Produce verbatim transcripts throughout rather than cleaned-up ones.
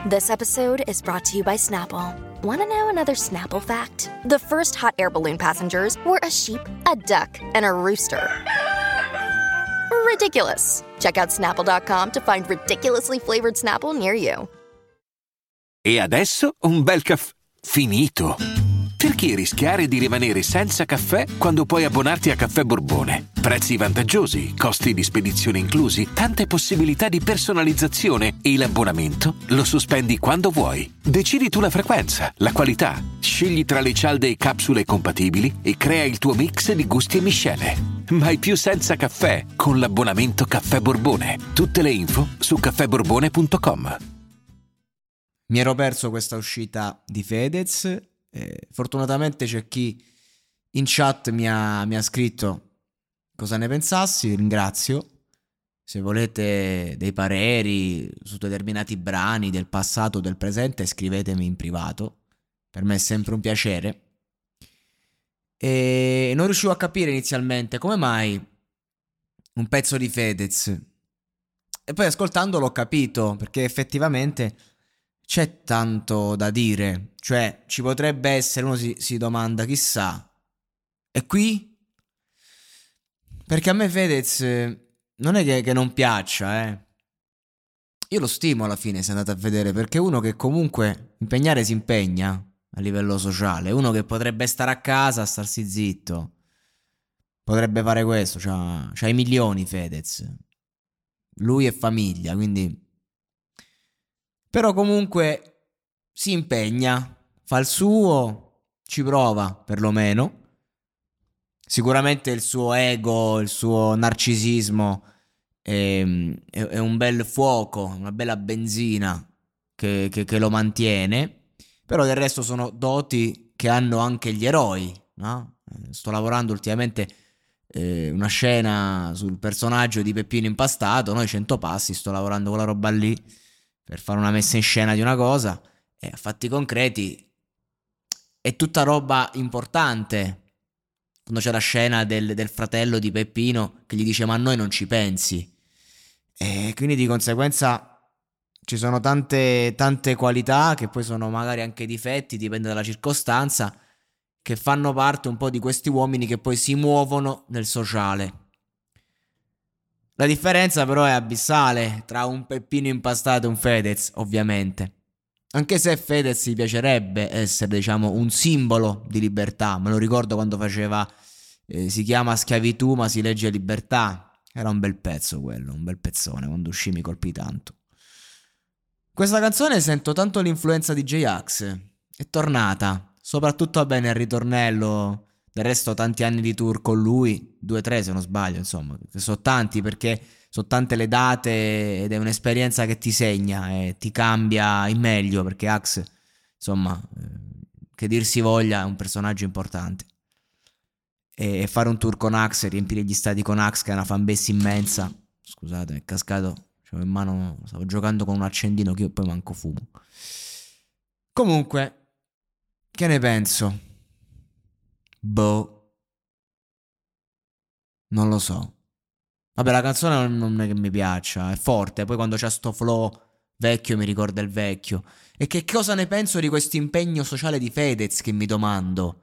This episode is brought to you by Snapple. Want to know another Snapple fact? The first hot air balloon passengers were a sheep, a duck, and a rooster. Ridiculous. Check out snapple dot com to find ridiculously flavored Snapple near you. E adesso un bel caffè finito. Perché rischiare di rimanere senza caffè quando puoi abbonarti a Caffè Borbone? Prezzi vantaggiosi, costi di spedizione inclusi, tante possibilità di personalizzazione e l'abbonamento lo sospendi quando vuoi. Decidi tu la frequenza, la qualità, scegli tra le cialde e capsule compatibili e crea il tuo mix di gusti e miscele. Mai più senza caffè con l'abbonamento Caffè Borbone. Tutte le info su caffè borbone punto com. Mi ero perso questa uscita di Fedez. Eh, fortunatamente c'è chi in chat mi ha, mi ha scritto cosa ne pensassi, ringrazio. Se volete dei pareri su determinati brani del passato o del presente, scrivetemi in privato, per me è sempre un piacere. E non riuscivo a capire inizialmente come mai un pezzo di Fedez, e poi ascoltandolo ho capito, perché effettivamente c'è tanto da dire, cioè ci potrebbe essere, uno si, si domanda chissà, e qui? Perché a me Fedez non è che, che non piaccia, eh. Io lo stimo alla fine, se andate a vedere, perché è uno che comunque impegnare si impegna a livello sociale, uno che potrebbe stare a casa, starsi zitto, potrebbe fare questo, c'ha, c'ha i milioni Fedez, lui è famiglia, quindi... Però comunque si impegna, fa il suo, ci prova perlomeno. Sicuramente il suo ego, il suo narcisismo è, è, è un bel fuoco, una bella benzina che, che, che lo mantiene. Però del resto sono doti che hanno anche gli eroi, no? Sto lavorando ultimamente eh, una scena sul personaggio di Peppino Impastato, noi cento passi, sto lavorando quella roba lì per fare una messa in scena di una cosa, e a fatti concreti è tutta roba importante. Quando c'è la scena del, del fratello di Peppino che gli dice ma a noi non ci pensi, e quindi di conseguenza ci sono tante, tante qualità che poi sono magari anche difetti, dipende dalla circostanza, che fanno parte un po' di questi uomini che poi si muovono nel sociale. La differenza però è abissale tra un Peppino Impastato e un Fedez, ovviamente. Anche se Fedez gli piacerebbe essere, diciamo, un simbolo di libertà. Me lo ricordo quando faceva eh, si chiama Schiavitù ma si legge Libertà. Era un bel pezzo quello, un bel pezzone, quando uscì mi colpì tanto. Questa canzone sento tanto l'influenza di J-Ax. È tornata, soprattutto vabbè nel ritornello. Del resto tanti anni di tour con lui, due tre se non sbaglio, insomma, sono tanti perché sono tante le date ed è un'esperienza che ti segna e ti cambia in meglio, perché Ax, insomma, che dir si voglia, è un personaggio importante. E fare un tour con Ax, riempire gli stadi con Ax, che è una fanbase immensa, scusate, è cascato, cioè in mano, stavo giocando con un accendino che io poi manco fumo. Comunque, che ne penso? Boh, non lo so. Vabbè, la canzone non è che mi piaccia, è forte. Poi quando c'è sto flow vecchio mi ricorda il vecchio. E che cosa ne penso di questo impegno sociale di Fedez, che mi domando?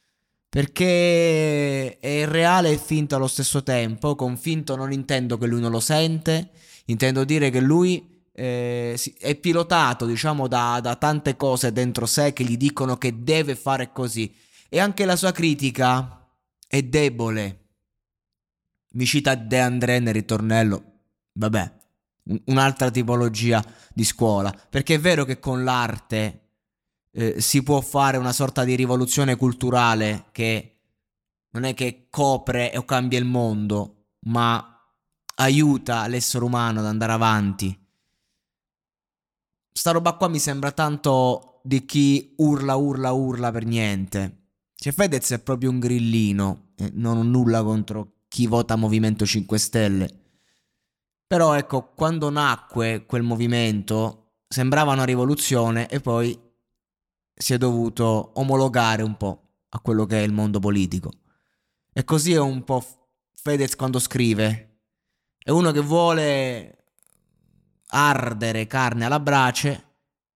Perché è reale e finto allo stesso tempo. Con finto non intendo che lui non lo sente, intendo dire che lui eh, è pilotato, diciamo, da, da tante cose dentro sé che gli dicono che deve fare così. E anche la sua critica è debole. Mi cita De André nel ritornello. Vabbè, un'altra tipologia di scuola. Perché è vero che con l'arte eh, si può fare una sorta di rivoluzione culturale che non è che copre o cambia il mondo, ma aiuta l'essere umano ad andare avanti. Sta roba qua mi sembra tanto di chi urla, urla, urla per niente. Cioè Fedez è proprio un grillino, eh, non ho nulla contro chi vota Movimento cinque Stelle. Però ecco, quando nacque quel movimento sembrava una rivoluzione e poi si è dovuto omologare un po' a quello che è il mondo politico. E così è un po' Fedez quando scrive. È uno che vuole ardere carne alla brace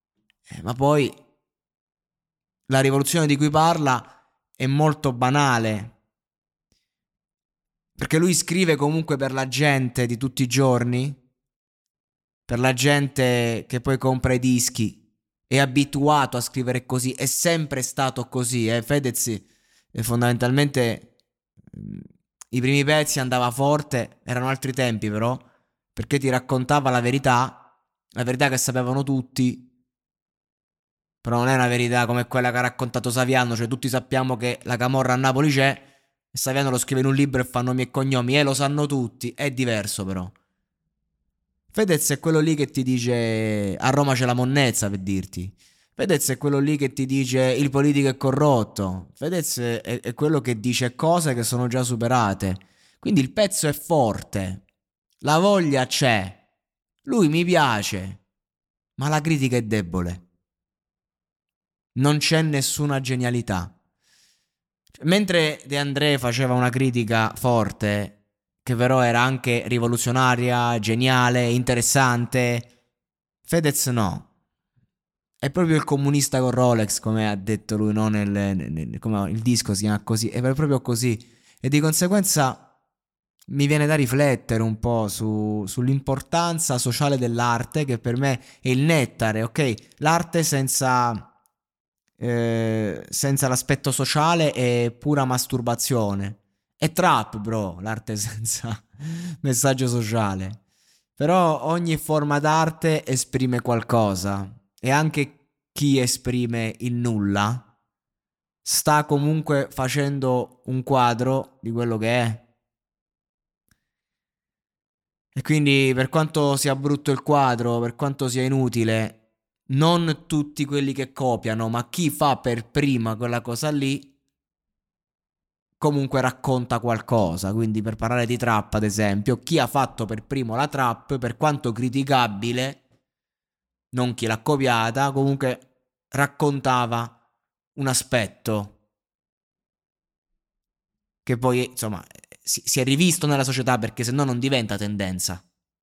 Eh, ma poi la rivoluzione di cui parla è molto banale, perché lui scrive comunque per la gente di tutti i giorni, per la gente che poi compra i dischi, è abituato a scrivere così, è sempre stato così. eh. Fedez eh, fondamentalmente mh, i primi pezzi andava forte, erano altri tempi però, perché ti raccontava la verità, la verità che sapevano tutti, però non è una verità come quella che ha raccontato Saviano, cioè tutti sappiamo che la camorra a Napoli c'è, e Saviano lo scrive in un libro e fa nomi e cognomi, e lo sanno tutti, è diverso però. Fedez è quello lì che ti dice a Roma c'è la monnezza, per dirti. Fedez è quello lì che ti dice il politico è corrotto. Fedez è, è quello che dice cose che sono già superate. Quindi il pezzo è forte, la voglia c'è, lui mi piace, ma la critica è debole. Non c'è nessuna genialità. Mentre De André faceva una critica forte, che però era anche rivoluzionaria, geniale, interessante, Fedez no. È proprio il comunista con Rolex, come ha detto lui, no? Nel, nel, nel- come il disco si chiama così, è proprio così. E di conseguenza mi viene da riflettere un po' su, sull'importanza sociale dell'arte, che per me è il nettare, ok? L'arte senza... Eh, senza l'aspetto sociale è pura masturbazione. È trap, bro, l'arte senza messaggio sociale. Però ogni forma d'arte esprime qualcosa, e anche chi esprime il nulla sta comunque facendo un quadro di quello che è. E quindi, per quanto sia brutto il quadro, per quanto sia inutile, non tutti quelli che copiano, ma chi fa per prima quella cosa lì, comunque racconta qualcosa. Quindi, per parlare di trap, ad esempio, chi ha fatto per primo la trap, per quanto criticabile, non chi l'ha copiata, comunque raccontava un aspetto che poi, insomma, si, si è rivisto nella società, perché se no non diventa tendenza.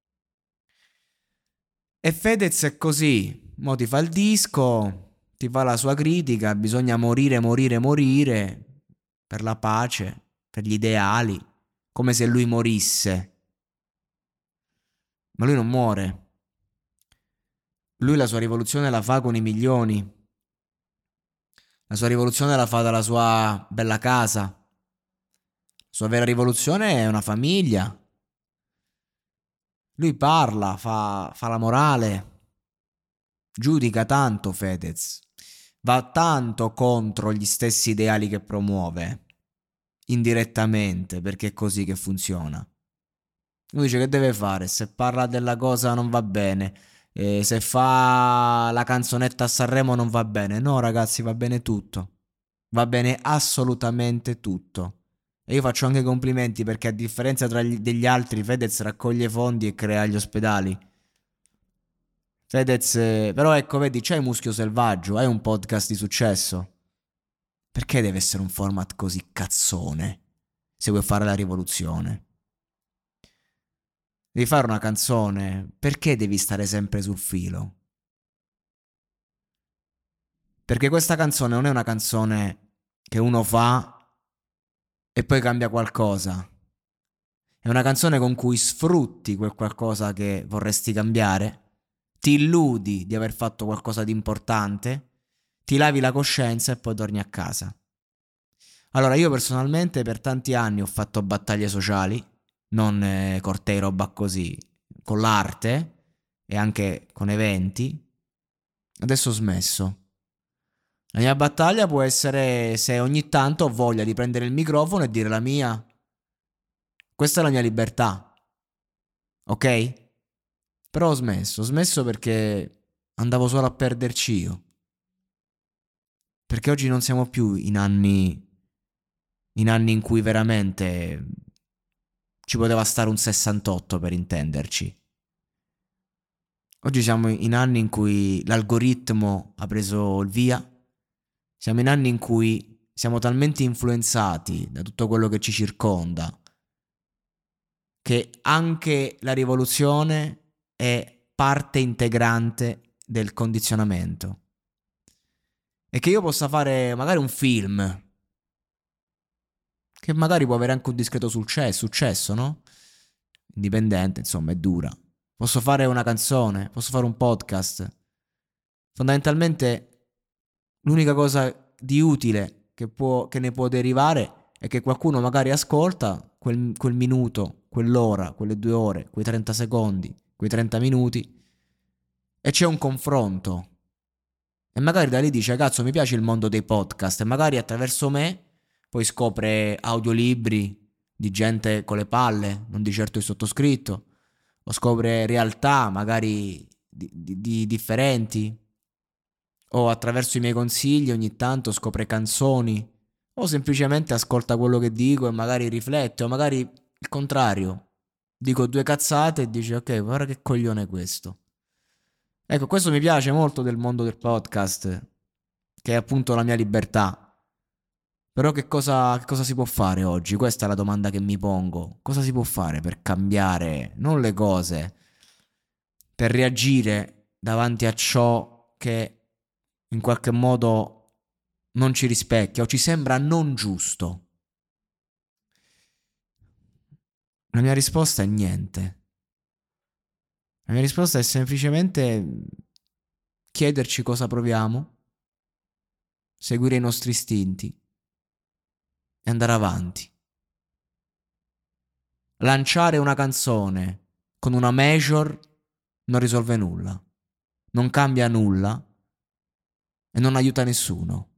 E Fedez è così, mo ti fa il disco, ti fa la sua critica, bisogna morire, morire, morire per la pace, per gli ideali, come se lui morisse. Ma lui non muore. Lui la sua rivoluzione la fa con i milioni. La sua rivoluzione la fa dalla sua bella casa. La sua vera rivoluzione è una famiglia. Lui parla, fa, fa la morale, giudica tanto Fedez, va tanto contro gli stessi ideali che promuove, indirettamente, perché è così che funziona. Lui dice che deve fare, se parla della cosa non va bene, eh, se fa la canzonetta a Sanremo non va bene. No ragazzi, va bene tutto, va bene assolutamente tutto. E io faccio anche complimenti, perché a differenza tra gli, degli altri, Fedez raccoglie fondi e crea gli ospedali. Fedez, eh, però ecco, vedi, c'hai Muschio Selvaggio, hai un podcast di successo. Perché deve essere un format così cazzone se vuoi fare la rivoluzione? Devi fare una canzone, perché devi stare sempre sul filo? Perché questa canzone non è una canzone che uno fa e poi cambia qualcosa. È una canzone con cui sfrutti quel qualcosa che vorresti cambiare, ti illudi di aver fatto qualcosa di importante, ti lavi la coscienza e poi torni a casa. Allora, io personalmente per tanti anni ho fatto battaglie sociali, non eh, cortei, roba così, con l'arte e anche con eventi. Adesso ho smesso. La mia battaglia può essere se ogni tanto ho voglia di prendere il microfono e dire la mia. Questa è la mia libertà, ok? Però ho smesso, ho smesso perché andavo solo a perderci io. Perché oggi non siamo più in anni in anni in cui veramente ci poteva stare un sessantotto, per intenderci. Oggi siamo in anni in cui l'algoritmo ha preso il via. Siamo in anni in cui siamo talmente influenzati da tutto quello che ci circonda che anche la rivoluzione è parte integrante del condizionamento. e che io possa fare magari un film che magari può avere anche un discreto successo, successo, no? Indipendente, insomma, è dura. Posso fare una canzone, posso fare un podcast. Fondamentalmente l'unica cosa di utile che, può, che ne può derivare è che qualcuno magari ascolta quel, quel minuto, quell'ora, quelle due ore, quei trenta secondi, quei trenta minuti e c'è un confronto. E magari da lì dice, cazzo, mi piace il mondo dei podcast, e magari attraverso me poi scopre audiolibri di gente con le palle, non di certo il sottoscritto, o scopre realtà magari di, di, di differenti, o attraverso i miei consigli ogni tanto scopre canzoni, o semplicemente ascolta quello che dico e magari riflette, o magari il contrario, dico due cazzate e dice, ok, guarda che coglione è questo. Ecco, questo mi piace molto del mondo del podcast, che è appunto la mia libertà. Però che cosa, che cosa si può fare oggi? Questa è la domanda che mi pongo. Cosa si può fare per cambiare, non le cose, per reagire davanti a ciò che in qualche modo non ci rispecchia o ci sembra non giusto? La mia risposta è niente. La mia risposta è semplicemente chiederci cosa proviamo, seguire i nostri istinti e andare avanti. Lanciare una canzone con una major non risolve nulla, non cambia nulla e non aiuta nessuno.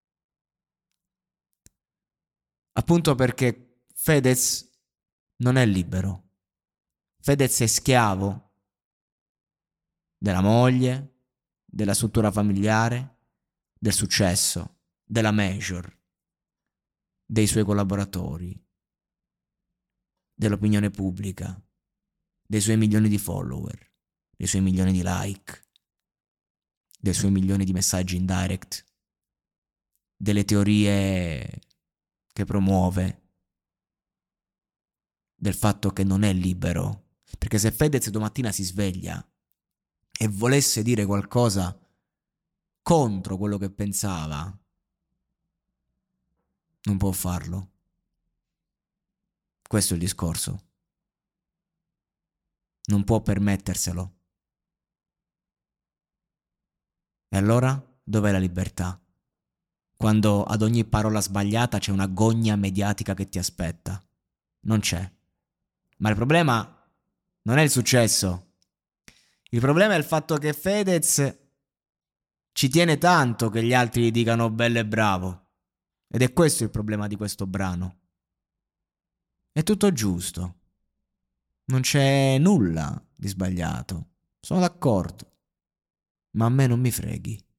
Appunto perché Fedez non è libero. Fedez è schiavo della moglie, della struttura familiare, del successo, della major, dei suoi collaboratori, dell'opinione pubblica, dei suoi milioni di follower, dei suoi milioni di like, dei suoi milioni di messaggi in direct, delle teorie che promuove, del fatto che non è libero. Perché se Fedez domattina si sveglia e volesse dire qualcosa contro quello che pensava, non può farlo. Questo è il discorso. Non può permetterselo. E allora dov'è la libertà? Quando ad ogni parola sbagliata c'è una gogna mediatica che ti aspetta. Non c'è. Ma il problema non è il successo. Il problema è il fatto che Fedez ci tiene tanto che gli altri gli dicano bello e bravo. Ed è questo il problema di questo brano. È tutto giusto. Non c'è nulla di sbagliato. Sono d'accordo. Ma a me non mi freghi.